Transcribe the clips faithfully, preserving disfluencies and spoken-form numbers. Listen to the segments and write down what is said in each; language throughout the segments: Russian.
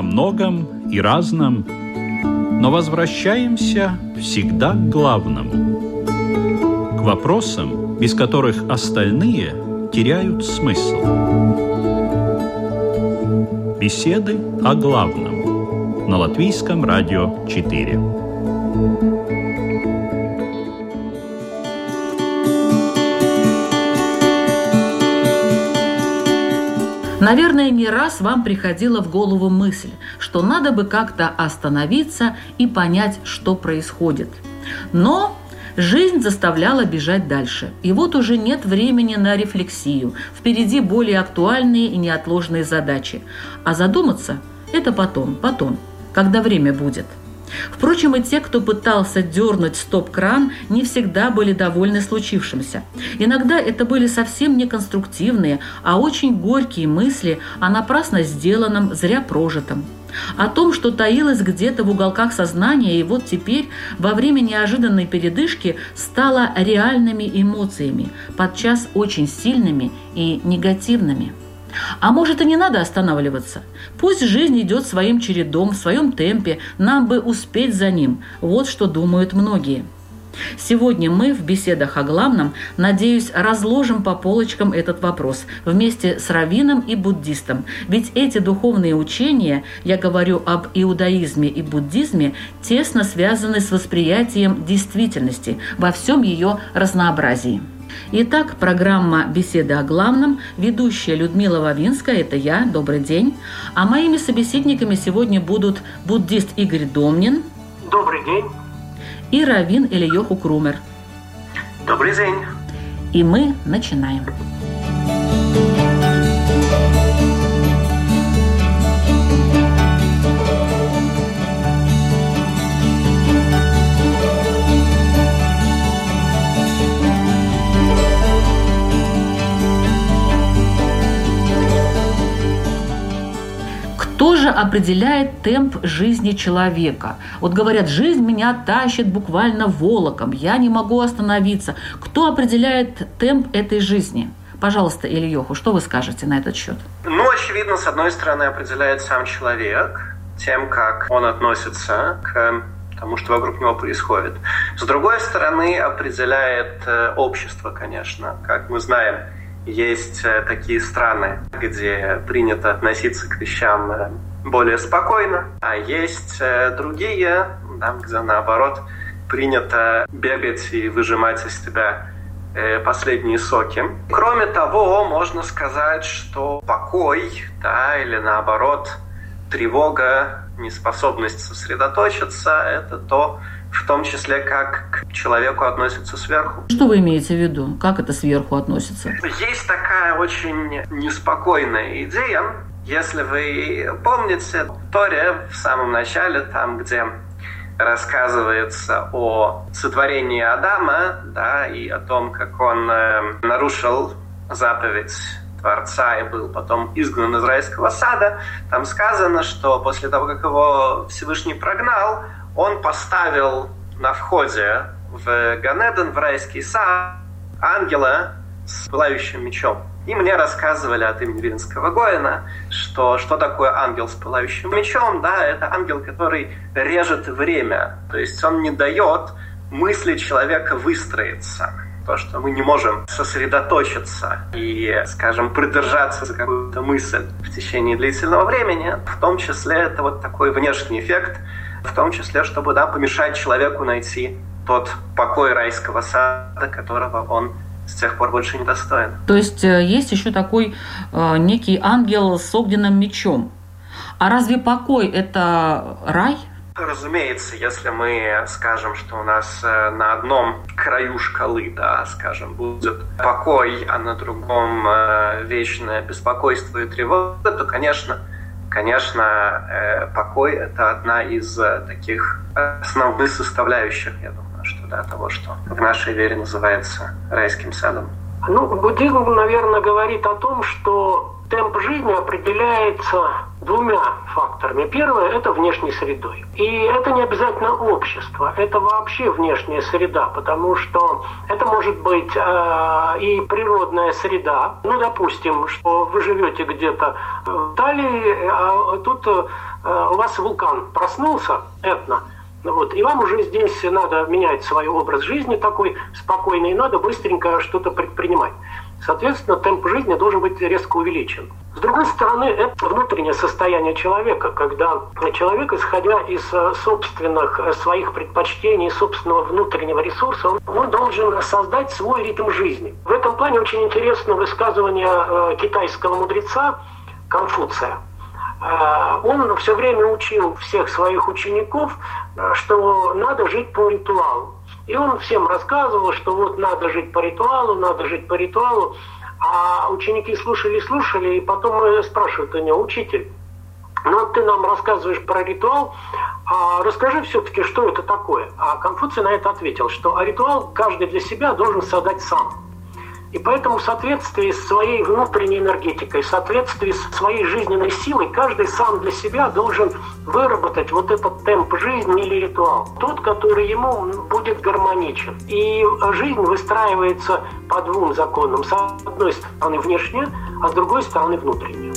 о многом и разном, но возвращаемся всегда к главному, к вопросам, без которых остальные теряют смысл. Беседы о главном на Латвийском радио четыре. Наверное, не раз вам приходила в голову мысль, что надо бы как-то остановиться и понять, что происходит. Но жизнь заставляла бежать дальше. И вот уже нет времени на рефлексию. Впереди более актуальные и неотложные задачи. А задуматься – это потом, потом, когда время будет. Впрочем, и те, кто пытался дернуть стоп-кран, не всегда были довольны случившимся. Иногда это были совсем не конструктивные, а очень горькие мысли о напрасно сделанном, зря прожитом. О том, что таилось где-то в уголках сознания, и вот теперь, во время неожиданной передышки, стало реальными эмоциями, подчас очень сильными и негативными. А может, и не надо останавливаться? Пусть жизнь идет своим чередом, в своем темпе, нам бы успеть за ним. Вот что думают многие. Сегодня мы в беседах о главном, надеюсь, разложим по полочкам этот вопрос вместе с раввином и буддистом. Ведь эти духовные учения, я говорю об иудаизме и буддизме, тесно связаны с восприятием действительности во всем ее разнообразии. Итак, программа «Беседы о главном», ведущая Людмила Вавинская, это я, добрый день. А моими собеседниками сегодня будут буддист Игорь Домнин. Добрый день. И раввин Элиёху Крумер. Добрый день. И мы начинаем. Кто же определяет темп жизни человека? Вот говорят, жизнь меня тащит буквально волоком, я не могу остановиться. Кто определяет темп этой жизни? Пожалуйста, Элиёху, что вы скажете на этот счет? Ну, очевидно, с одной стороны, определяет сам человек тем, как он относится к тому, что вокруг него происходит. С другой стороны, определяет общество, конечно. Как мы знаем, есть такие страны, где принято относиться к вещам более спокойно, а есть другие, да, где, наоборот, принято бегать и выжимать из тебя последние соки. Кроме того, можно сказать, что покой, да, или, наоборот, тревога, неспособность сосредоточиться – это то, в том числе, как к человеку относятся сверху. Что вы имеете в виду? Как это сверху относится? Есть такая очень неспокойная идея. Если вы помните, в Торе в самом начале, там, где рассказывается о сотворении Адама, да, и о том, как он э, нарушил заповедь Творца и был потом изгнан из райского сада, там сказано, что после того, как его Всевышний прогнал, он поставил на входе в Ганеден, в райский сад, ангела с пылающим мечом. И мне рассказывали от имени Виленского Гоэна, что что такое ангел с пылающим мечом. Да, это ангел, который режет время. То есть он не дает мысли человека выстроиться. То, что мы не можем сосредоточиться и, скажем, придержаться за какую-то мысль в течение длительного времени, в том числе это вот такой внешний эффект, в том числе, чтобы, да, помешать человеку найти тот покой райского сада, которого он с тех пор больше не достоин. То есть есть еще такой э, некий ангел с огненным мечом. А разве покой – это рай? Разумеется, если мы скажем, что у нас на одном краю шкалы, да, скажем, будет покой, а на другом э, вечное беспокойство и тревога, то, конечно, конечно, э, покой – это одна из э, таких основных составляющих, я думаю, что, да, того, что в нашей вере называется райским садом. Ну, буддизм, наверное, говорит о том, что темп жизни определяется двумя факторами. Первое – это внешней средой. И это не обязательно общество, это вообще внешняя среда, потому что это может быть э, и природная среда. Ну, допустим, что вы живете где-то в Италии, а тут э, у вас вулкан проснулся, Этна, вот, и вам уже здесь надо менять свой образ жизни такой спокойный, и надо быстренько что-то предпринимать. Соответственно, темп жизни должен быть резко увеличен. С другой стороны, это внутреннее состояние человека, когда человек, исходя из собственных своих предпочтений, собственного внутреннего ресурса, он, он должен создать свой ритм жизни. В этом плане очень интересно высказывание китайского мудреца Конфуция. Он все время учил всех своих учеников, что надо жить по ритуалу. И он всем рассказывал, что вот надо жить по ритуалу, надо жить по ритуалу. А ученики слушали-слушали, и потом спрашивают у него: учитель, ну ты нам рассказываешь про ритуал, а расскажи все-таки, что это такое. А Конфуций на это ответил, что а ритуал каждый для себя должен создать сам. И поэтому в соответствии с своей внутренней энергетикой, в соответствии с своей жизненной силой, каждый сам для себя должен выработать вот этот темп жизни или ритуал. Тот, который ему будет гармоничен. И жизнь выстраивается по двум законам. С одной стороны внешне, а с другой стороны внутренне.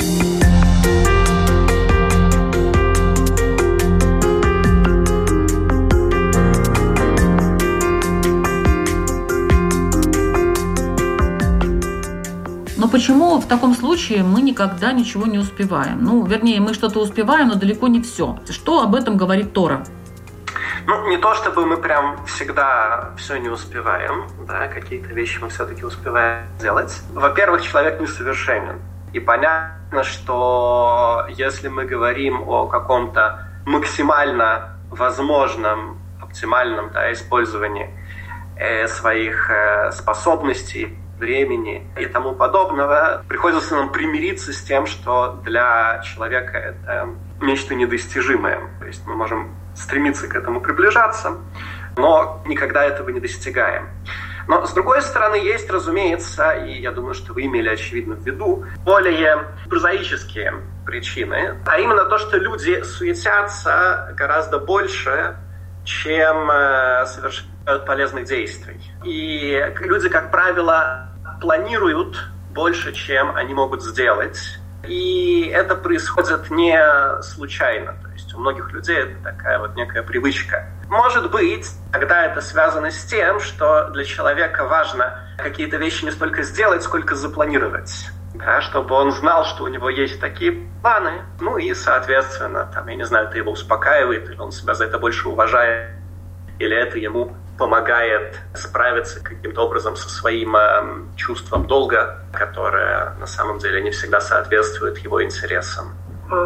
Но почему в таком случае мы никогда ничего не успеваем? Ну, вернее, мы что-то успеваем, но далеко не все. Что об этом говорит Тора? Ну, не то чтобы мы прям всегда все не успеваем, да, какие-то вещи мы все-таки успеваем делать. Во-первых, человек несовершенен. И понятно, что если мы говорим о каком-то максимально возможном, оптимальном, да, использовании э, своих э, способностей, времени и тому подобного, приходится нам примириться с тем, что для человека это нечто недостижимое. То есть мы можем стремиться к этому приближаться, но никогда этого не достигаем. Но, с другой стороны, есть, разумеется, и я думаю, что вы имели, очевидно, в виду, более прозаические причины, а именно то, что люди суетятся гораздо больше, чем совершают полезных действий. И люди, как правило, планируют больше, чем они могут сделать. И это происходит не случайно. То есть у многих людей это такая вот некая привычка. Может быть, тогда это связано с тем, что для человека важно какие-то вещи не столько сделать, сколько запланировать. Да, чтобы он знал, что у него есть такие планы. Ну и, соответственно, там, я не знаю, это его успокаивает, или он себя за это больше уважает, или это ему помогает справиться каким-то образом со своим э, чувством долга, которое на самом деле не всегда соответствует его интересам.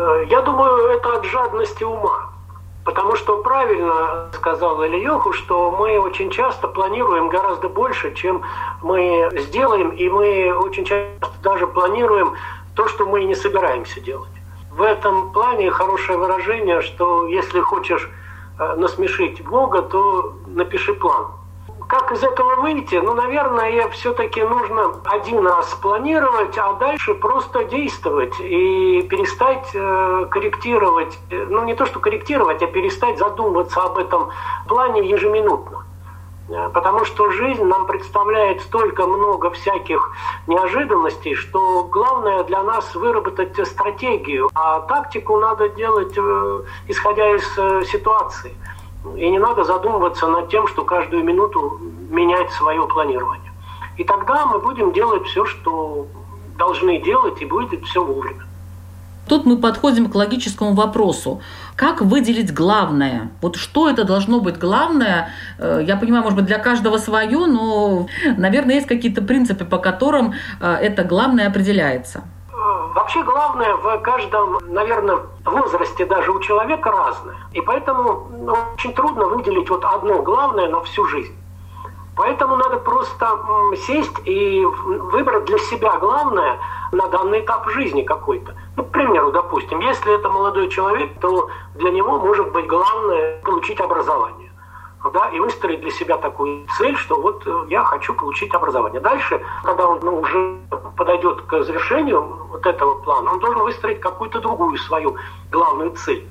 Я думаю, это от жадности ума. Потому что правильно сказал Ильёху, что мы очень часто планируем гораздо больше, чем мы сделаем, и мы очень часто даже планируем то, что мы не собираемся делать. В этом плане хорошее выражение, что если хочешь насмешить Бога, то напиши план. Как из этого выйти? Ну, наверное, все-таки нужно один раз планировать, а дальше просто действовать и перестать э, корректировать. Ну, не то, что корректировать, а перестать задумываться об этом плане ежеминутно. Потому что жизнь нам представляет столько много всяких неожиданностей, что главное для нас выработать стратегию, а тактику надо делать, исходя из ситуации. И не надо задумываться над тем, что каждую минуту менять свое планирование. И тогда мы будем делать все, что должны делать, и будет все вовремя. Тут мы подходим к логическому вопросу. Как выделить главное? Вот что это должно быть главное? Я понимаю, может быть, для каждого свое, но, наверное, есть какие-то принципы, по которым это главное определяется. Вообще главное в каждом, наверное, возрасте даже у человека разное. И поэтому ну, очень трудно выделить вот одно главное на всю жизнь. Поэтому надо просто сесть и выбрать для себя главное на данный этап жизни какой-то. Ну, к примеру, допустим, если это молодой человек, то для него может быть главное получить образование. да, и выстроить для себя такую цель, что вот я хочу получить образование. Дальше, когда он ну, уже подойдет к завершению вот этого плана, он должен выстроить какую-то другую свою главную цель.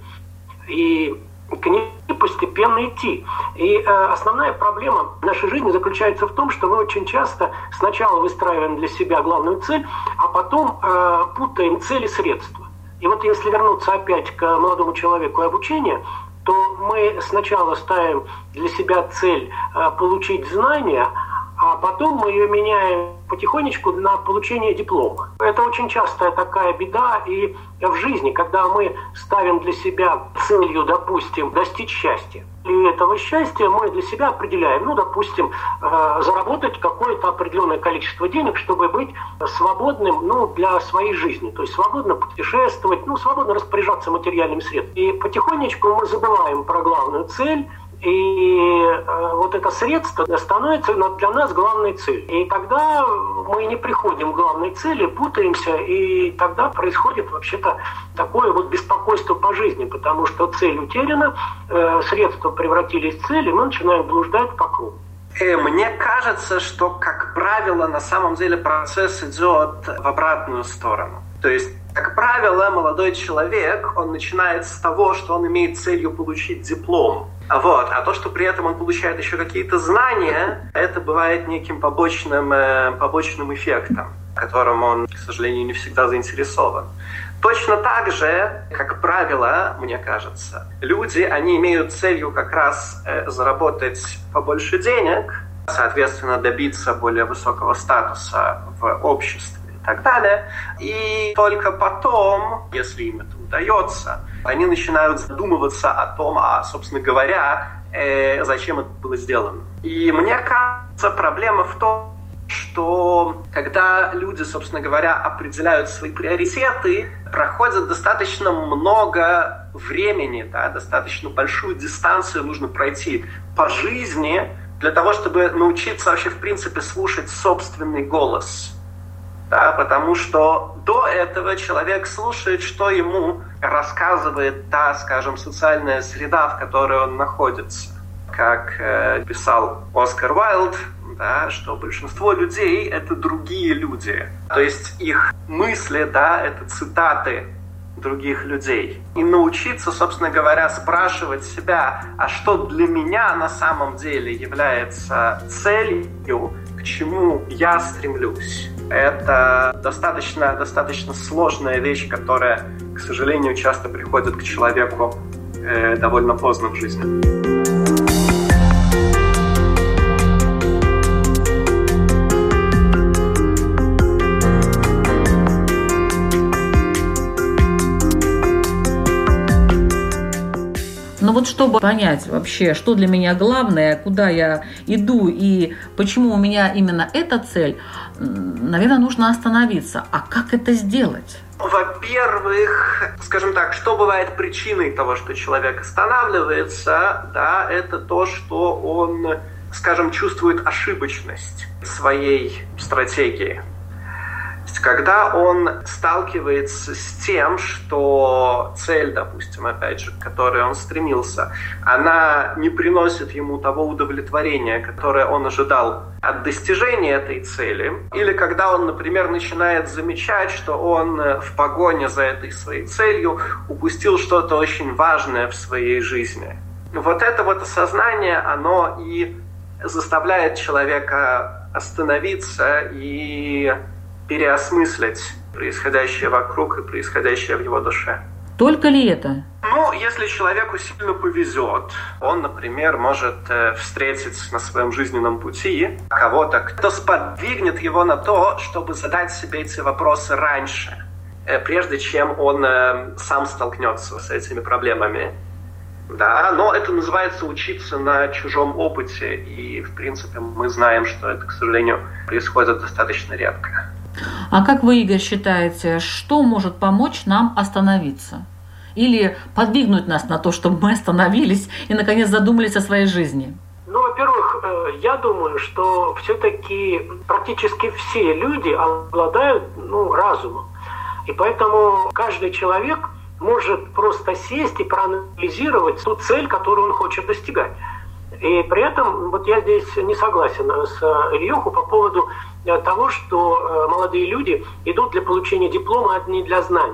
И к ней постепенно идти. И э, основная проблема нашей жизни заключается в том, что мы очень часто сначала выстраиваем для себя главную цель, а потом э, путаем цели и средства. И вот если вернуться опять к молодому человеку и обучению, то мы сначала ставим для себя цель э, получить знания, а потом мы ее меняем потихонечку на получение диплома. Это очень частая такая беда и в жизни, когда мы ставим для себя целью, допустим, достичь счастья. И этого счастья мы для себя определяем, ну, допустим, э, заработать какое-то определенное количество денег, чтобы быть свободным, ну, для своей жизни. То есть свободно путешествовать, ну, свободно распоряжаться материальными средствами. И потихонечку мы забываем про главную цель, и э, вот это средство становится для нас главной целью. И тогда мы не приходим к главной цели, путаемся, и тогда происходит вообще-то такое вот беспокойство по жизни, потому что цель утеряна, э, средства превратились в цель, и мы начинаем блуждать по кругу. Мне кажется, что, как правило, на самом деле процесс идет в обратную сторону. То есть, как правило, молодой человек, он начинает с того, что он имеет целью получить диплом. Вот. А то, что при этом он получает еще какие-то знания, это бывает неким побочным, э, побочным эффектом, которым он, к сожалению, не всегда заинтересован. Точно так же, как правило, мне кажется, люди, они имеют целью как раз э, заработать побольше денег, соответственно, добиться более высокого статуса в обществе и так далее. И только потом, если им это удается, они начинают задумываться о том, а, собственно говоря, э, зачем это было сделано. И мне кажется, проблема в том, что когда люди, собственно говоря, определяют свои приоритеты, проходит достаточно много времени, да, достаточно большую дистанцию нужно пройти по жизни для того, чтобы научиться вообще, в принципе, слушать собственный голос. Да, потому что до этого человек слушает, что ему рассказывает та, скажем, социальная среда, в которой он находится. Как э, писал Оскар Уайлд, да, что большинство людей — это другие люди. То есть их мысли, да, это цитаты других людей. И научиться, собственно говоря, спрашивать себя, а что для меня на самом деле является целью, к чему я стремлюсь. Это достаточно, достаточно сложная вещь, которая, к сожалению, часто приходит к человеку э, довольно поздно в жизни. Но вот чтобы понять вообще, что для меня главное, куда я иду и почему у меня именно эта цель, наверное, нужно остановиться. А как это сделать? Во-первых, скажем так, что бывает причиной того, что человек останавливается, да, это то, что он, скажем, чувствует ошибочность своей стратегии. Когда он сталкивается с тем, что цель, допустим, опять же, к которой он стремился, она не приносит ему того удовлетворения, которое он ожидал от достижения этой цели, или когда он, например, начинает замечать, что он в погоне за этой своей целью упустил что-то очень важное в своей жизни. Вот это вот осознание, оно и заставляет человека остановиться и переосмыслить происходящее вокруг и происходящее в его душе. Только ли это? Ну, если человеку сильно повезет, он, например, может встретить на своем жизненном пути кого-то, кто сподвигнет его на то, чтобы задать себе эти вопросы раньше, прежде чем он сам столкнется с этими проблемами. Да, но это называется учиться на чужом опыте, и, в принципе, мы знаем, что это, к сожалению, происходит достаточно редко. А как вы, Игорь, считаете, что может помочь нам остановиться? Или подвигнуть нас на то, чтобы мы остановились и, наконец, задумались о своей жизни? Ну, во-первых, я думаю, что все-таки практически все люди обладают ну, разумом. И поэтому каждый человек может просто сесть и проанализировать ту цель, которую он хочет достигать. И при этом вот я здесь не согласен с Ильёху по поводу того, что молодые люди идут для получения диплома, а не для знаний.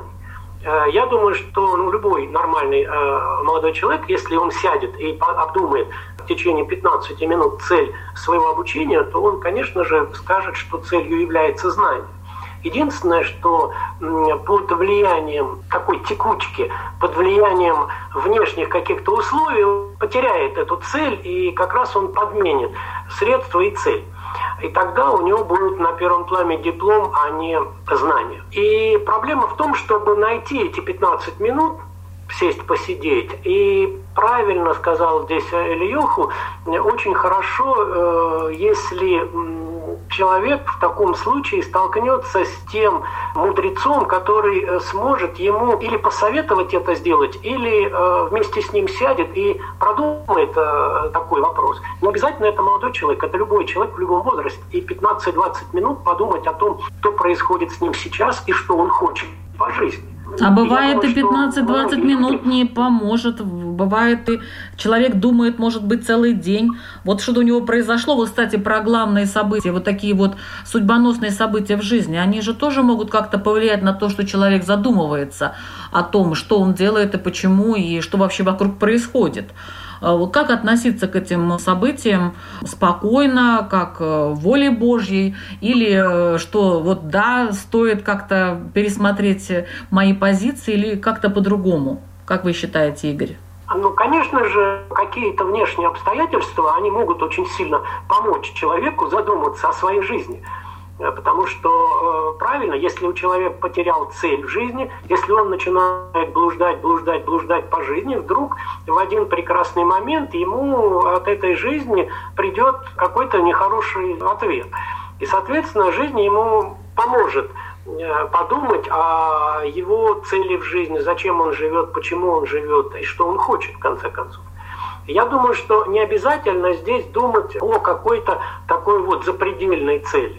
Я думаю, что ну, любой нормальный э, молодой человек, если он сядет и обдумает в течение пятнадцати минут цель своего обучения, то он, конечно же, скажет, что целью является знание. Единственное, что под влиянием такой текучки, под влиянием внешних каких-то условий потеряет эту цель, и как раз он подменит средства и цель. И тогда у него будет на первом плане диплом, а не знания. И проблема в том, чтобы найти эти пятнадцать минут, сесть, посидеть. И правильно сказал здесь Ильёху, очень хорошо, если человек в таком случае столкнется с тем мудрецом, который сможет ему или посоветовать это сделать, или вместе с ним сядет и продумает такой вопрос. Не обязательно это молодой человек, это любой человек в любом возрасте. И пятнадцать-двадцать минут подумать о том, что происходит с ним сейчас и что он хочет по жизни. А бывает и пятнадцать-двадцать минут не поможет. Бывает и человек думает, может быть, целый день. Вот что у него произошло. Вот, кстати, про главные события, вот такие вот судьбоносные события в жизни, они же тоже могут как-то повлиять на то, что человек задумывается о том, что он делает и почему, и что вообще вокруг происходит. Вот как относиться к этим событиям спокойно, как воле Божьей, или что вот да, стоит как-то пересмотреть мои позиции или как-то по-другому? Как вы считаете, Игорь? Ну, конечно же, какие-то внешние обстоятельства, они могут очень сильно помочь человеку задуматься о своей жизни. Потому что, правильно, если у человека потерял цель в жизни, если он начинает блуждать, блуждать, блуждать по жизни, вдруг в один прекрасный момент ему от этой жизни придет какой-то нехороший ответ. И, соответственно, жизнь ему поможет подумать о его цели в жизни, зачем он живет, почему он живет и что он хочет, в конце концов. Я думаю, что не обязательно здесь думать о какой-то такой вот запредельной цели.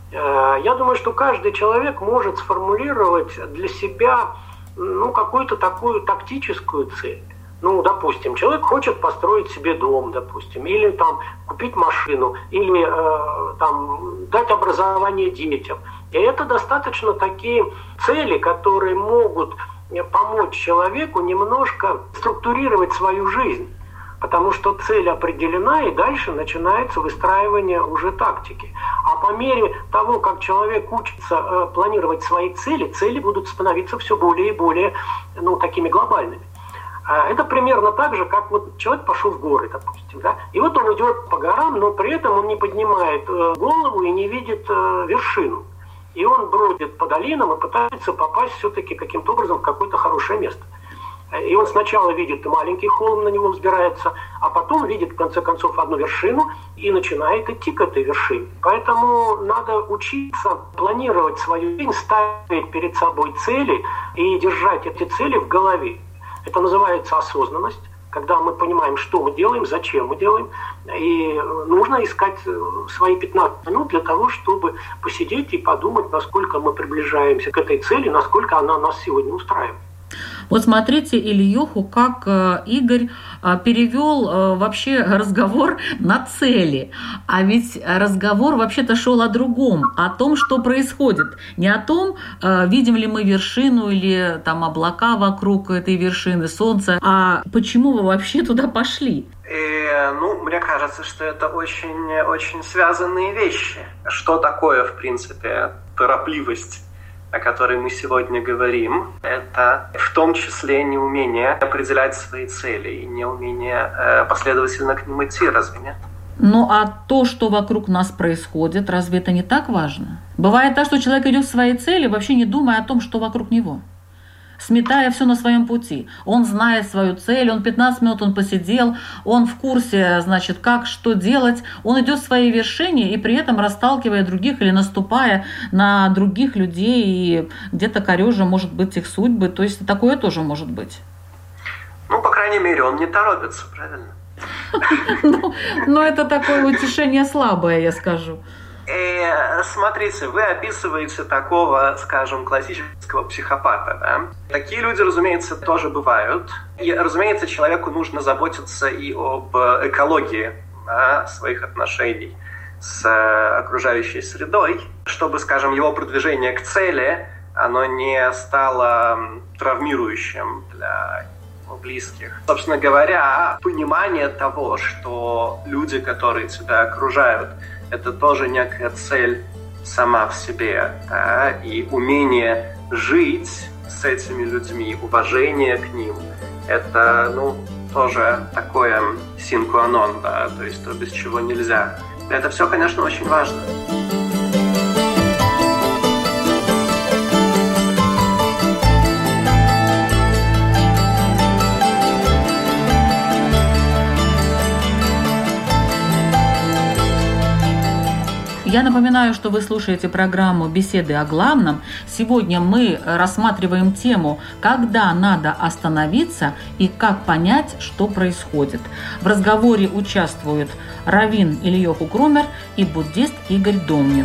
Я думаю, что каждый человек может сформулировать для себя ну, какую-то такую тактическую цель. Ну, допустим, человек хочет построить себе дом, допустим, или там купить машину, или э, там дать образование детям. И это достаточно такие цели, которые могут помочь человеку немножко структурировать свою жизнь. Потому что цель определена, и дальше начинается выстраивание уже тактики. А по мере того, как человек учится э, планировать свои цели, цели будут становиться все более и более ну, такими глобальными. Э, это примерно так же, как вот человек пошел в горы, допустим. Да? И вот он идет по горам, но при этом он не поднимает э, голову и не видит э, вершину. И он бродит по долинам и пытается попасть все-таки каким-то образом в какое-то хорошее место. И он сначала видит маленький холм, на него взбирается, а потом видит, в конце концов, одну вершину и начинает идти к этой вершине. Поэтому надо учиться планировать свою жизнь, ставить перед собой цели и держать эти цели в голове. Это называется осознанность, когда мы понимаем, что мы делаем, зачем мы делаем. И нужно искать свои пятнадцать минут для того, чтобы посидеть и подумать, насколько мы приближаемся к этой цели, насколько она нас сегодня устраивает. Вот смотрите, Ильёху, как Игорь перевел вообще разговор на цели. А ведь разговор вообще-то шел о другом, о том, что происходит. Не о том, видим ли мы вершину или там облака вокруг этой вершины, солнце, а почему вы вообще туда пошли. И, ну, мне кажется, что это очень, очень связанные вещи. Что такое, в принципе, торопливость, о которой мы сегодня говорим, это в том числе неумение определять свои цели и неумение э, последовательно к ним идти, разве нет? Ну а то, что вокруг нас происходит, разве это не так важно? Бывает так, что человек идет к своей цели, вообще не думая о том, что вокруг него, сметая все на своем пути. Он знает свою цель, он пятнадцать минут он посидел, он в курсе, значит, как, что делать. Он идет к своей вершине и при этом расталкивая других или наступая на других людей и где-то корежа, может быть, их судьбы. То есть такое тоже может быть. Ну, по крайней мере, он не торопится, правильно? Ну, это такое утешение слабое, я скажу. И смотрите, вы описываете такого, скажем, классического психопата, да? Такие люди, разумеется, тоже бывают. И, разумеется, человеку нужно заботиться и об экологии, да, своих отношений с окружающей средой, чтобы, скажем, его продвижение к цели, оно не стало травмирующим для его близких. Собственно говоря, понимание того, что люди, которые тебя окружают, это тоже некая цель сама в себе, да? И умение жить с этими людьми, уважение к ним, это, ну, тоже такое sine qua non, да? То есть то, без чего нельзя. Это все, конечно, очень важно. Я напоминаю, что вы слушаете программу «Беседы о главном». Сегодня мы рассматриваем тему «Когда надо остановиться и как понять, что происходит». В разговоре участвуют раввин Ильёху Крумер и буддист Игорь Домнин.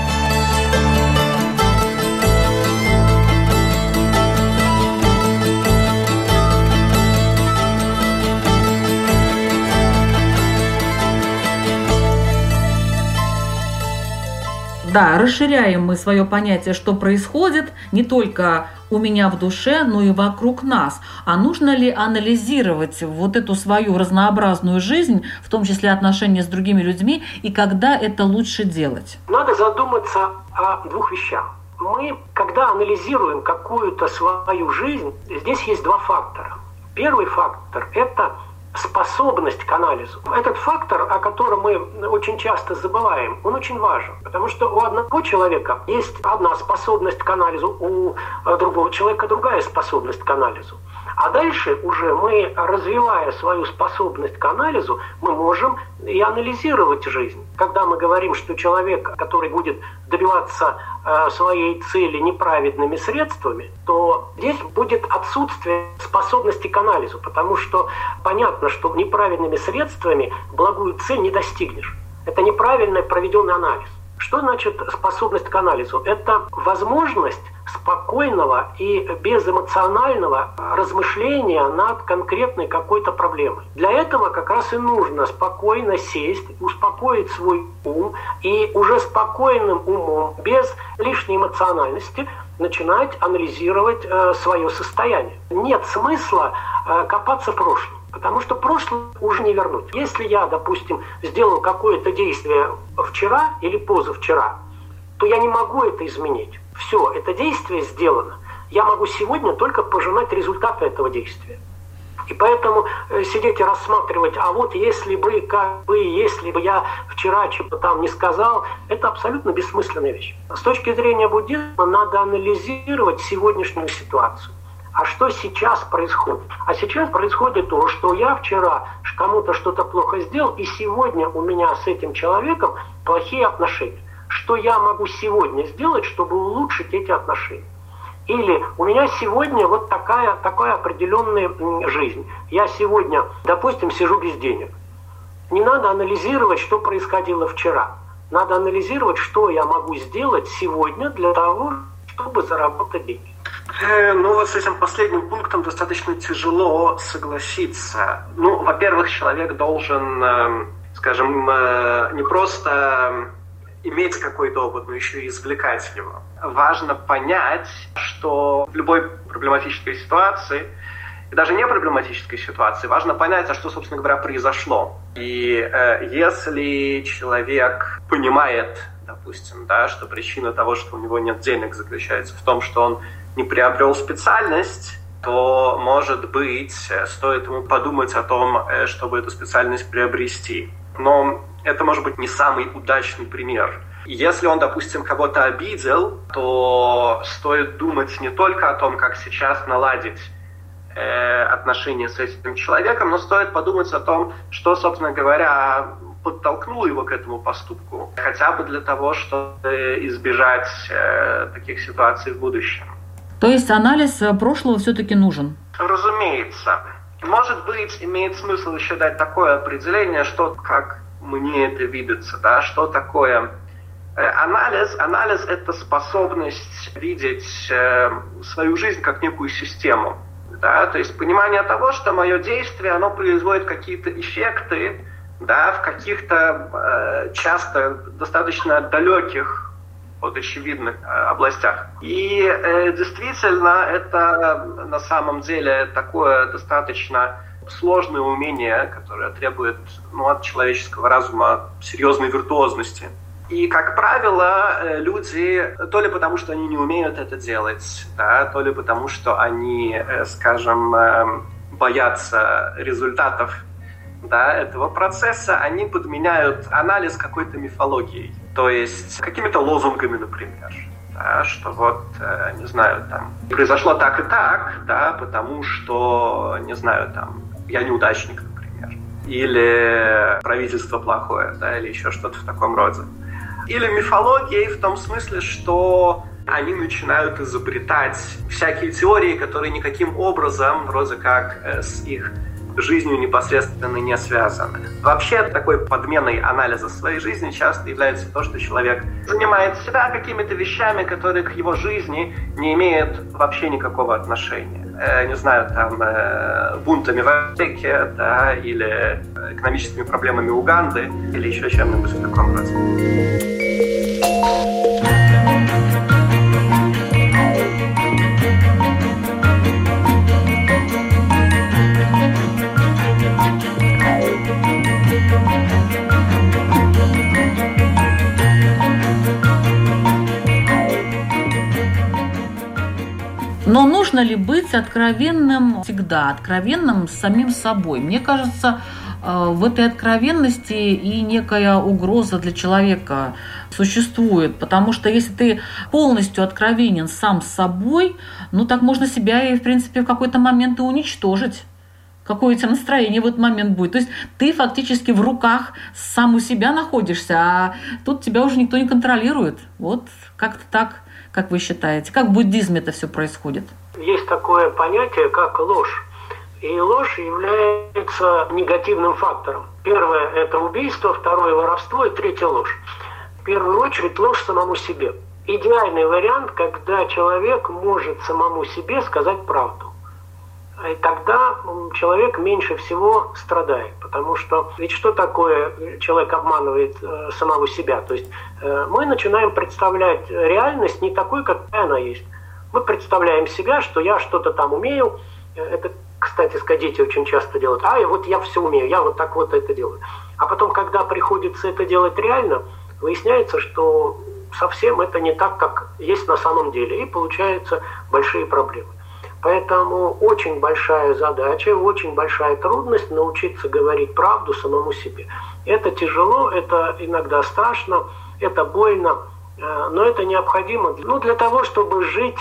Да, расширяем мы свое понятие, что происходит не только у меня в душе, но и вокруг нас. А нужно ли анализировать вот эту свою разнообразную жизнь, в том числе отношения с другими людьми, и когда это лучше делать? Надо задуматься о двух вещах. Мы, когда анализируем какую-то свою жизнь, здесь есть два фактора. Первый фактор – это способность к анализу. Этот фактор, о котором мы очень часто забываем, он очень важен, потому что у одного человека есть одна способность к анализу, у другого человека другая способность к анализу. А дальше уже мы, развивая свою способность к анализу, мы можем и анализировать жизнь. Когда мы говорим, что человек, который будет добиваться э, своей цели неправедными средствами, то здесь будет отсутствие способности к анализу, потому что понятно, что неправильными средствами благую цель не достигнешь. Это неправильно проведенный анализ. Что значит способность к анализу? Это возможность спокойного и безэмоционального размышления над конкретной какой-то проблемой. Для этого как раз и нужно спокойно сесть, успокоить свой ум и уже спокойным умом, без лишней эмоциональности, начинать анализировать э, свое состояние. Нет смысла э, копаться в прошлом. Потому что прошлое уже не вернуть. Если я, допустим, сделал какое-то действие вчера или позавчера, то я не могу это изменить. Все, это действие сделано. Я могу сегодня только пожинать результаты этого действия. И поэтому э, сидеть и рассматривать, а вот если бы, как бы, если бы я вчера что-то там не сказал, это абсолютно бессмысленная вещь. С точки зрения буддизма надо анализировать сегодняшнюю ситуацию. А что сейчас происходит? А сейчас происходит то, что я вчера кому-то что-то плохо сделал, и сегодня у меня с этим человеком плохие отношения. Что я могу сегодня сделать, чтобы улучшить эти отношения? Или у меня сегодня вот такая, такая определенная жизнь. Я сегодня, допустим, сижу без денег. Не надо анализировать, что происходило вчера. Надо анализировать, что я могу сделать сегодня для того, чтобы заработать деньги. Ну вот с этим последним пунктом достаточно тяжело согласиться. Ну, во-первых, человек должен, скажем, не просто иметь какой-то опыт, но еще и извлекать его. Важно понять, что в любой проблематической ситуации, и даже не проблематической ситуации, важно понять, а что, собственно говоря, произошло. И э, если человек понимает, допустим, да, что причина того, что у него нет денег, заключается в том, что он не приобрел специальность, то, может быть, стоит ему подумать о том, чтобы эту специальность приобрести. Но это может быть не самый удачный пример. Если он, допустим, кого-то обидел, то стоит думать не только о том, как сейчас наладить э, отношения с этим человеком, но стоит подумать о том, что, собственно говоря, подтолкнуло его к этому поступку, хотя бы для того, чтобы избежать э, таких ситуаций в будущем. То есть анализ прошлого все-таки нужен? Разумеется. Может быть, имеет смысл еще дать такое определение, что, как мне это видится, да, что такое Анализ, анализ – это способность видеть э, свою жизнь как некую систему. Да? То есть понимание того, что мое действие, оно производит какие-то эффекты, да, в каких-то э, часто достаточно далеких от очевидных э, областях. И э, действительно, это на самом деле такое достаточно сложное умение, которое требует ну, от человеческого разума серьезной виртуозности. И, как правило, люди, то ли потому, что они не умеют это делать, да, то ли потому, что они, скажем, боятся результатов да, этого процесса, они подменяют анализ какой-то мифологией, то есть какими-то лозунгами, например. Да, что вот, не знаю, там, произошло так и так, да, потому что, не знаю, там, я неудачник, например, или правительство плохое, да, или еще что-то в таком роде. Или мифологией в том смысле, что они начинают изобретать всякие теории, которые никаким образом, вроде как, с их жизнью непосредственно не связаны. Вообще, такой подменой анализа своей жизни часто является то, что человек занимает себя какими-то вещами, которые к его жизни не имеют вообще никакого отношения. Э, не знаю, там, э, бунтами в Африке, да, или экономическими проблемами Уганды, или еще чем-нибудь в таком роде. Но нужно ли быть откровенным всегда, откровенным с самим собой? Мне кажется, в этой откровенности и некая угроза для человека существует, потому что если ты полностью откровенен сам с собой, ну так можно себя и, в принципе, в какой-то момент и уничтожить. Какое у тебя настроение в этот момент будет. То есть ты фактически в руках сам у себя находишься, а тут тебя уже никто не контролирует. Вот как-то так. Как вы считаете? Как в буддизме это все происходит? Есть такое понятие, как ложь. И ложь является негативным фактором. Первое – это убийство, второе – воровство, и третье – ложь. В первую очередь ложь самому себе. Идеальный вариант, когда человек может самому себе сказать правду. И тогда человек меньше всего страдает. Потому что ведь что такое человек обманывает э, самого себя? То есть э, мы начинаем представлять реальность не такой, какая она есть. Мы представляем себя, что я что-то там умею. Это, кстати, дети очень часто делают. А, и вот я все умею, я вот так вот это делаю. А потом, когда приходится это делать реально, выясняется, что совсем это не так, как есть на самом деле. И получаются большие проблемы. Поэтому очень большая задача, очень большая трудность научиться говорить правду самому себе. Это тяжело, это иногда страшно, это больно, но это необходимо ну, для того, чтобы жить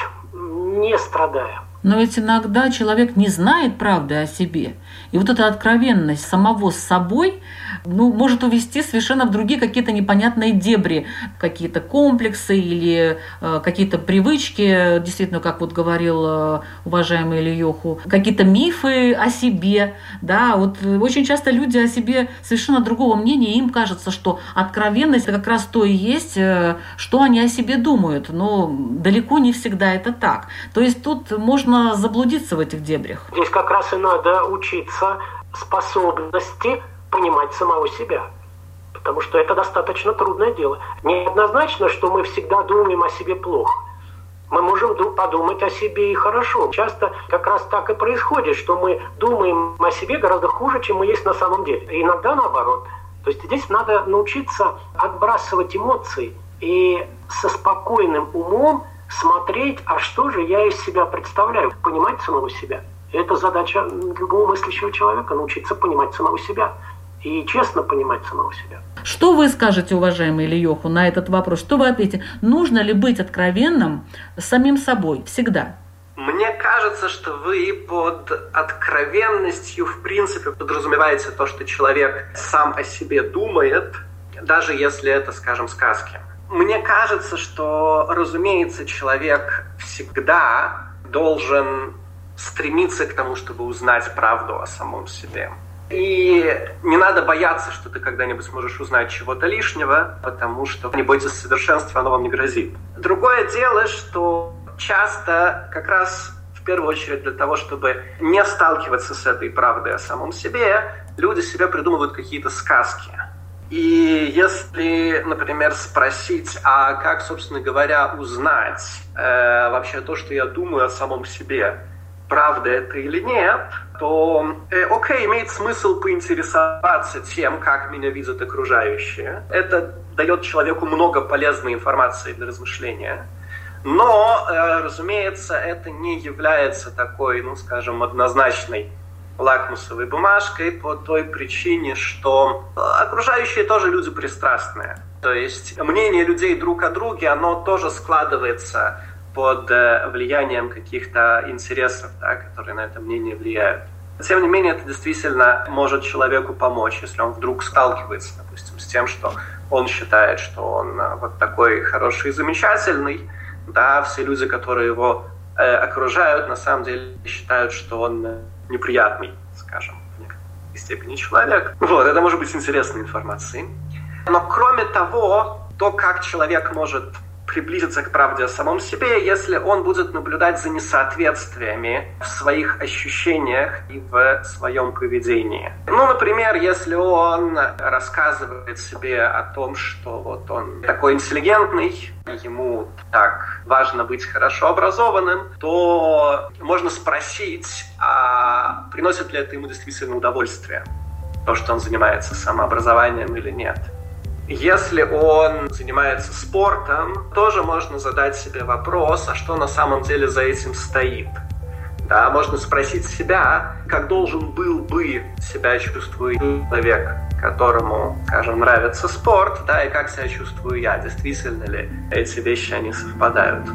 не страдая. Но ведь иногда человек не знает правды о себе. И вот эта откровенность самого с собой ну, может увести совершенно в другие какие-то непонятные дебри, какие-то комплексы или э, какие-то привычки, действительно, как вот говорил э, уважаемый Ильёху, какие-то мифы о себе. Да? Вот очень часто люди о себе совершенно другого мнения, и им кажется, что откровенность – это как раз то и есть, э, что они о себе думают. Но далеко не всегда это так. То есть тут можно заблудиться в этих дебрях. Здесь как раз и надо учиться способности понимать самого себя. Потому что это достаточно трудное дело. Неоднозначно, что мы всегда думаем о себе плохо. Мы можем подумать о себе и хорошо. Часто как раз так и происходит, что мы думаем о себе гораздо хуже, чем мы есть на самом деле. И иногда наоборот. То есть здесь надо научиться отбрасывать эмоции и со спокойным умом смотреть, а что же я из себя представляю, понимать самого себя. Это задача любого мыслящего человека, научиться понимать самого себя и честно понимать самого себя. Что вы скажете, уважаемый Ильёху, на этот вопрос? Что вы ответите? Нужно ли быть откровенным с самим собой всегда? Мне кажется, что вы под откровенностью в принципе подразумеваете то, что человек сам о себе думает, даже если это, скажем, сказки. Мне кажется, что, разумеется, человек всегда должен стремиться к тому, чтобы узнать правду о самом себе. И не надо бояться, что ты когда-нибудь сможешь узнать чего-то лишнего, потому что, не бойтесь совершенства, оно вам не грозит. Другое дело, что часто как раз в первую очередь для того, чтобы не сталкиваться с этой правдой о самом себе, люди себе придумывают какие-то сказки. И если, например, спросить, а как, собственно говоря, узнать э, вообще то, что я думаю о самом себе, правда это или нет, то, э, окей, имеет смысл поинтересоваться тем, как меня видят окружающие. Это дает человеку много полезной информации для размышления. Но, э, разумеется, это не является такой, ну, скажем, однозначной лакмусовой бумажкой по той причине, что окружающие тоже люди пристрастные. То есть мнение людей друг о друге, оно тоже складывается под влиянием каких-то интересов, да, которые на это мнение влияют. Тем не менее, это действительно может человеку помочь, если он вдруг сталкивается, допустим, с тем, что он считает, что он вот такой хороший и замечательный, да, все люди, которые его э, окружают, на самом деле считают, что он неприятный, скажем, в некоторой степени человек. Вот, это может быть интересной информацией. Но кроме того, то, как человек может приблизиться к правде о самом себе, если он будет наблюдать за несоответствиями в своих ощущениях и в своем поведении. Ну, например, если он рассказывает себе о том, что вот он такой интеллигентный, ему так важно быть хорошо образованным, то можно спросить, а приносит ли это ему действительно удовольствие, то, что он занимается самообразованием или нет. Если он занимается спортом, тоже можно задать себе вопрос, а что на самом деле за этим стоит. Да, можно спросить себя, как должен был бы себя чувствовать человек, которому, скажем, нравится спорт, да, и как себя чувствую я, действительно ли эти вещи, они совпадают.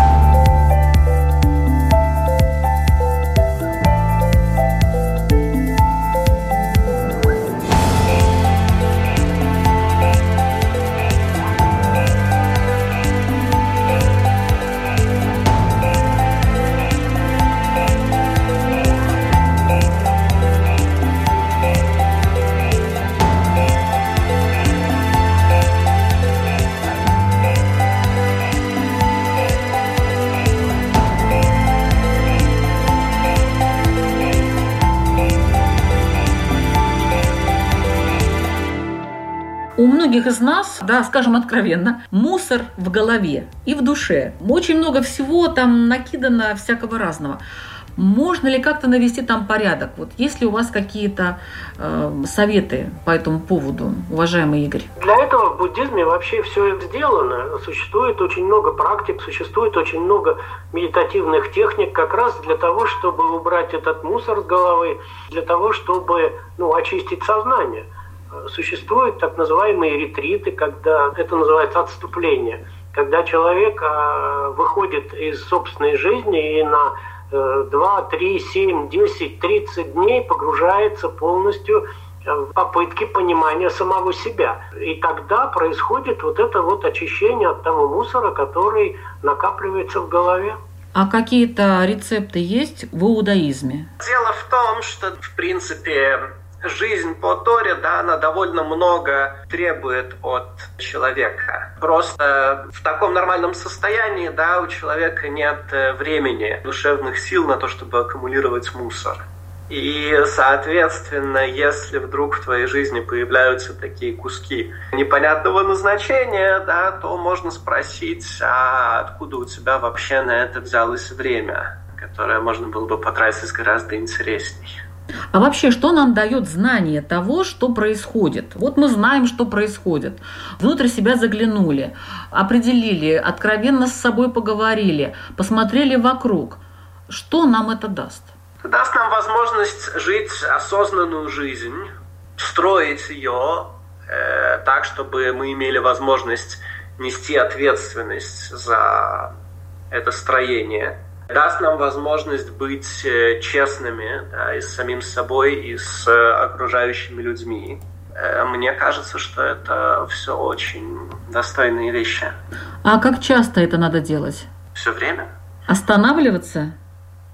У многих из нас, да, скажем откровенно, мусор в голове и в душе. Очень много всего там накидано всякого разного. Можно ли как-то навести там порядок? Вот есть ли у вас какие-то э, советы по этому поводу, уважаемый Игорь? Для этого в буддизме вообще все сделано. Существует очень много практик, существует очень много медитативных техник как раз для того, чтобы убрать этот мусор с головы, для того, чтобы, ну, очистить сознание. Существуют так называемые ретриты, когда это называется отступление, когда человек э, выходит из собственной жизни и на два, три, семь, десять, тридцать дней погружается полностью в попытки понимания самого себя. И тогда происходит вот это вот очищение от того мусора, который накапливается в голове. А какие-то рецепты есть в иудаизме? Дело в том, что, в принципе, жизнь по Торе, да, она довольно много требует от человека. Просто в таком нормальном состоянии, да, у человека нет времени, душевных сил на то, чтобы аккумулировать мусор. И, соответственно, если вдруг в твоей жизни появляются такие куски непонятного назначения, да, то можно спросить, а откуда у тебя вообще на это взялось время, которое можно было бы потратить гораздо интересней. А вообще, что нам дает знание того, что происходит? Вот мы знаем, что происходит. Внутрь себя заглянули, определили, откровенно с собой поговорили, посмотрели вокруг. Что нам это даст? Это даст нам возможность жить осознанную жизнь, строить ее э, так, чтобы мы имели возможность нести ответственность за это строение. Даст нам возможность быть честными, да, и с самим собой, и с окружающими людьми. Мне кажется, что это все очень достойные вещи. А как часто это надо делать? Все время. Останавливаться?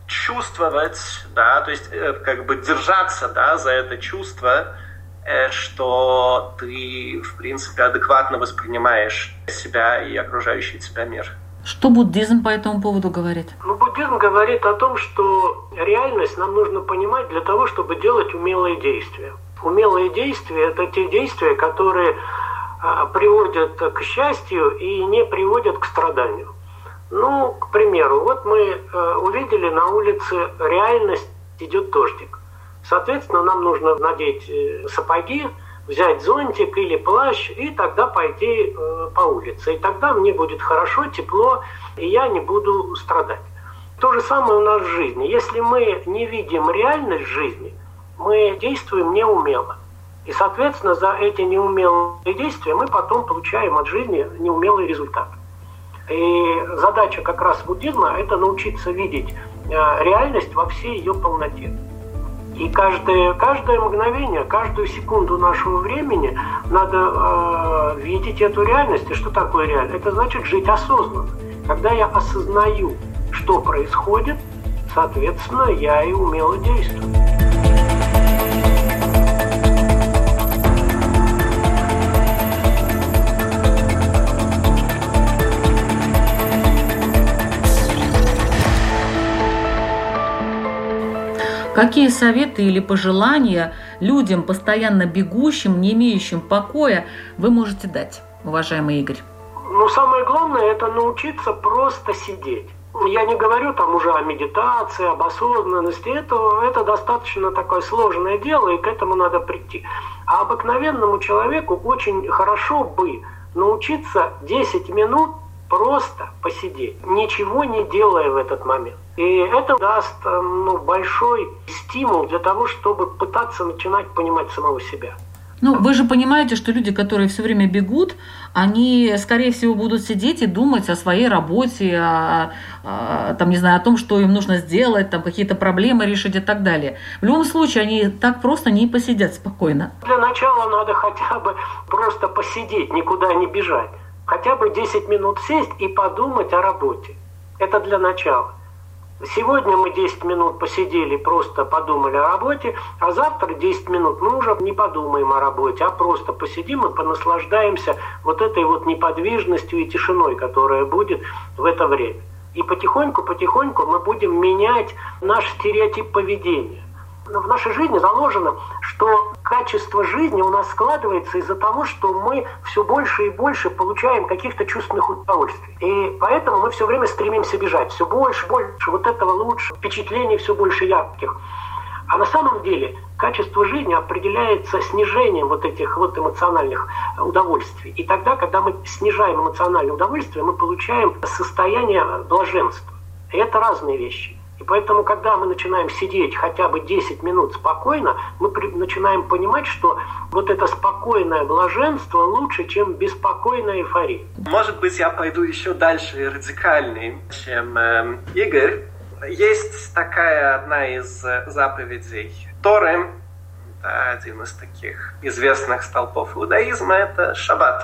чувствовать, да, то есть как бы держаться, да, за это чувство, что ты, в принципе, адекватно воспринимаешь себя и окружающий тебя мир. Что буддизм по этому поводу говорит? Ну, буддизм говорит о том, что реальность нам нужно понимать для того, чтобы делать умелые действия. Умелые действия – это те действия, которые а, приводят к счастью и не приводят к страданию. Ну, к примеру, вот мы а, увидели на улице реальность, идет дождик. Соответственно, нам нужно надеть сапоги, взять зонтик или плащ и тогда пойти э, по улице. И тогда мне будет хорошо, тепло, и я не буду страдать. То же самое у нас в жизни. Если мы не видим реальность жизни, мы действуем неумело. И, соответственно, за эти неумелые действия мы потом получаем от жизни неумелый результат. И задача как раз буддизма – это научиться видеть э, реальность во всей ее полноте. И каждое, каждое мгновение, каждую секунду нашего времени надо э, видеть эту реальность. И что такое реальность? Это значит жить осознанно. Когда я осознаю, что происходит, соответственно, я и умело действую. Какие советы или пожелания людям, постоянно бегущим, не имеющим покоя, вы можете дать, уважаемый Игорь? Ну, самое главное – это научиться просто сидеть. Я не говорю там уже о медитации, об осознанности. Это, это достаточно такое сложное дело, и к этому надо прийти. А обыкновенному человеку очень хорошо бы научиться десять минут просто посидеть, ничего не делая в этот момент. И это даст ну, большой стимул для того, чтобы пытаться начинать понимать самого себя. Ну, вы же понимаете, что люди, которые все время бегут, они, скорее всего, будут сидеть и думать о своей работе, о, о, там, не знаю, о том, что им нужно сделать, там, какие-то проблемы решить и так далее. В любом случае, они так просто не посидят спокойно. Для начала надо хотя бы просто посидеть, никуда не бежать. Хотя бы десять минут сесть и подумать о работе. Это для начала. Сегодня мы десять минут посидели, просто подумали о работе, а завтра десять минут мы уже не подумаем о работе, а просто посидим и понаслаждаемся вот этой вот неподвижностью и тишиной, которая будет в это время. И потихоньку-потихоньку мы будем менять наш стереотип поведения. В нашей жизни заложено, что качество жизни у нас складывается из-за того, что мы все больше и больше получаем каких-то чувственных удовольствий. И поэтому мы все время стремимся бежать. Все больше, больше, вот этого лучше, впечатлений все больше ярких. А на самом деле качество жизни определяется снижением вот этих вот эмоциональных удовольствий. И тогда, когда мы снижаем эмоциональное удовольствие, мы получаем состояние блаженства. И это разные вещи. И поэтому, когда мы начинаем сидеть хотя бы десять минут спокойно, мы при- начинаем понимать, что вот это спокойное блаженство лучше, чем беспокойная эйфория. Может быть, я пойду еще дальше и радикальнее, чем э, Игорь. Есть такая одна из заповедей Торы, да, один из таких известных столпов иудаизма, это шаббат.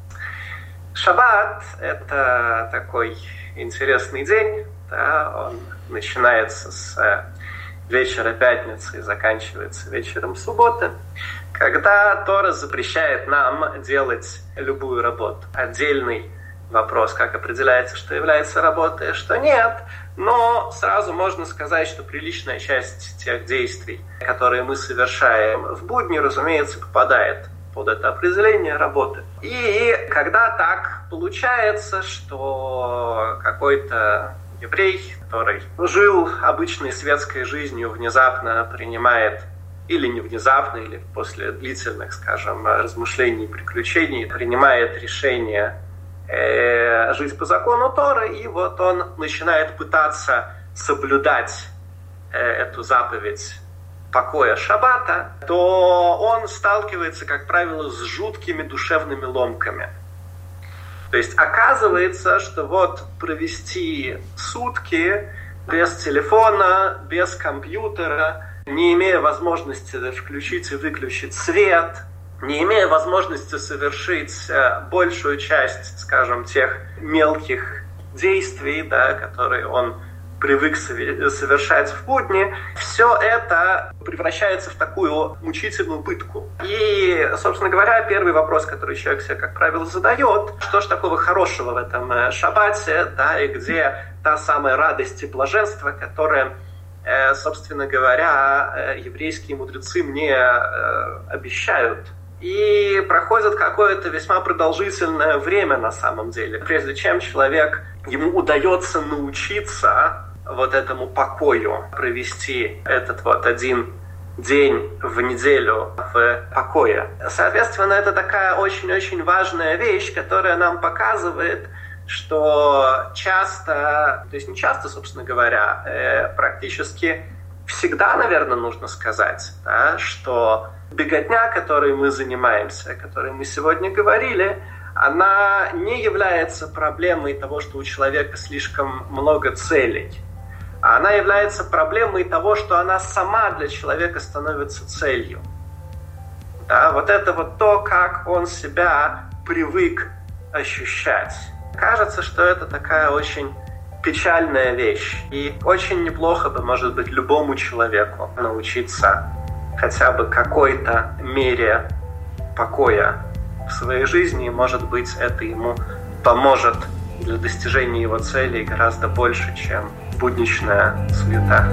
Шаббат – это такой интересный день, да, он начинается с вечера пятницы и заканчивается вечером субботы, когда Тора запрещает нам делать любую работу. Отдельный вопрос, как определяется, что является работой, а что нет, но сразу можно сказать, что приличная часть тех действий, которые мы совершаем в будни, разумеется, попадает под это определение работы. И когда так получается, что какой-то еврей, который жил обычной светской жизнью, внезапно принимает, или не внезапно, или после длительных, скажем, размышлений и приключений, принимает решение э, жить по закону Торы, и вот он начинает пытаться соблюдать э, эту заповедь покоя шаббата, то он сталкивается, как правило, с жуткими душевными ломками. То есть оказывается, что вот провести сутки без телефона, без компьютера, не имея возможности включить и выключить свет, не имея возможности совершить большую часть, скажем, тех мелких действий, да, которые он привык совершать в будни, все это превращается в такую мучительную пытку. И, собственно говоря, первый вопрос, который человек себе, как правило, задает, что же такого хорошего в этом шаббате, да, и где та самая радость и блаженство, которое, собственно говоря, еврейские мудрецы мне обещают. И проходит какое-то весьма продолжительное время на самом деле, прежде чем человек, ему удается научиться вот этому покою, провести этот вот один день в неделю в покое. Соответственно, это такая очень-очень важная вещь, которая нам показывает, что часто, то есть не часто, собственно говоря, э, практически всегда, наверное, нужно сказать, да, что беготня, которой мы занимаемся, о которой мы сегодня говорили, она не является проблемой того, что у человека слишком много целей. А она является проблемой того, что она сама для человека становится целью. Да, вот это вот то, как он себя привык ощущать. Кажется, что это такая очень печальная вещь. И очень неплохо бы, может быть, любому человеку научиться хотя бы какой-то мере покоя в своей жизни. И, может быть, это ему поможет для достижения его целей гораздо больше, чем будничная суета.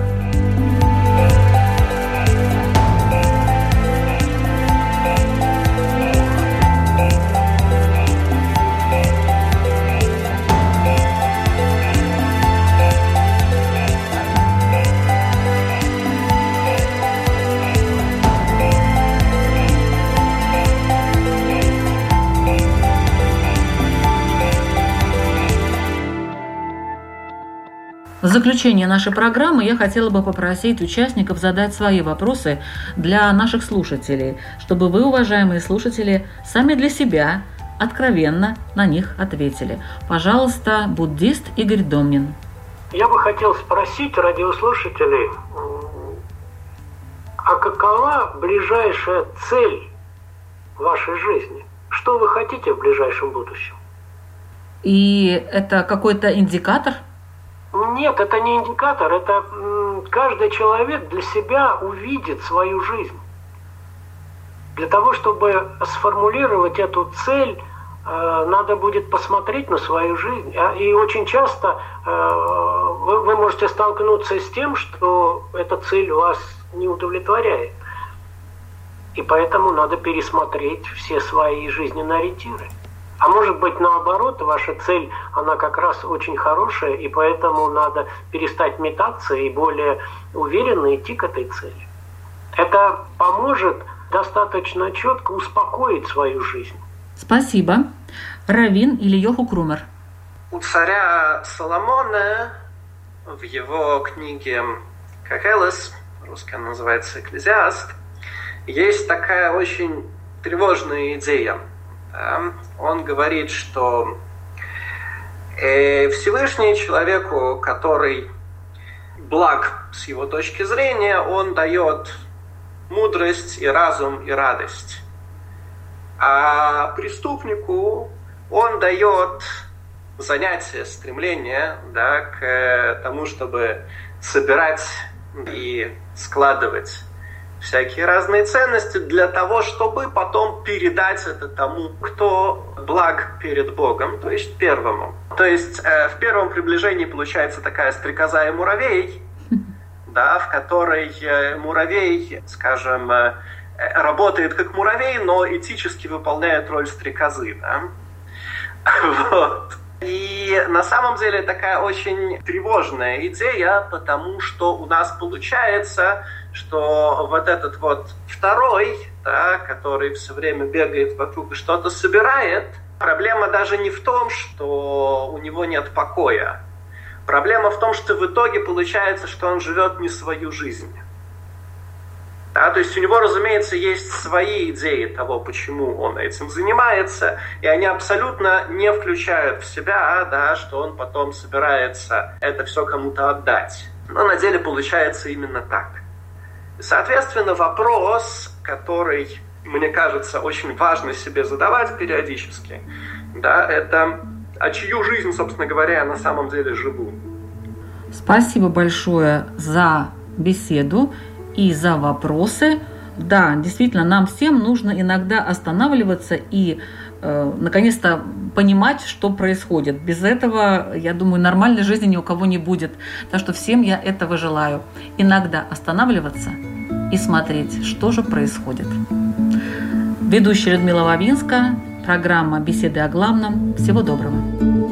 В заключение нашей программы я хотела бы попросить участников задать свои вопросы для наших слушателей, чтобы вы, уважаемые слушатели, сами для себя откровенно на них ответили. Пожалуйста, буддист Игорь Домнин. Я бы хотел спросить радиослушателей, а какова ближайшая цель вашей жизни? Что вы хотите в ближайшем будущем? И это какой-то индикатор? Нет, это не индикатор, это каждый человек для себя увидит свою жизнь. Для того, чтобы сформулировать эту цель, надо будет посмотреть на свою жизнь. И очень часто вы можете столкнуться с тем, что эта цель вас не удовлетворяет. И поэтому надо пересмотреть все свои жизненные ориентиры. А может быть, наоборот, ваша цель, она как раз очень хорошая, и поэтому надо перестать метаться и более уверенно идти к этой цели. Это поможет достаточно четко успокоить свою жизнь. Спасибо. Раввин Ильёху Крумер. У царя Соломона в его книге «Кахелес», русская называется «Экклезиаст», есть такая очень тревожная идея. Он говорит, что Всевышний человеку, который благ с его точки зрения, он дает мудрость и разум и радость. А преступнику он дает занятие, стремление, да, к тому, чтобы собирать и складывать всякие разные ценности для того, чтобы потом передать это тому, кто благ перед Богом, то есть первому. То есть э, в первом приближении получается такая стрекоза и муравей, да, в которой э, муравей, скажем, э, работает как муравей, но этически выполняет роль стрекозы. Да? Вот. И на самом деле такая очень тревожная идея, потому что у нас получается, что вот этот вот второй, да, который все время бегает вокруг и что-то собирает, проблема даже не в том, что у него нет покоя. Проблема в том, что в итоге получается, что он живет не свою жизнь. Да, то есть у него, разумеется, есть свои идеи того, почему он этим занимается, и они абсолютно не включают в себя, да, что он потом собирается это все кому-то отдать. Но на деле получается именно так. И, соответственно, вопрос, который, мне кажется, очень важно себе задавать периодически, да, это а чью жизнь, собственно говоря, я на самом деле живу. Спасибо большое за беседу и за вопросы. Да, действительно, нам всем нужно иногда останавливаться и э, наконец-то понимать, что происходит. Без этого, я думаю, нормальной жизни ни у кого не будет. Так что всем я этого желаю. Иногда останавливаться и смотреть, что же происходит. Ведущая Людмила Вавинска, программа «Беседы о главном». Всего доброго.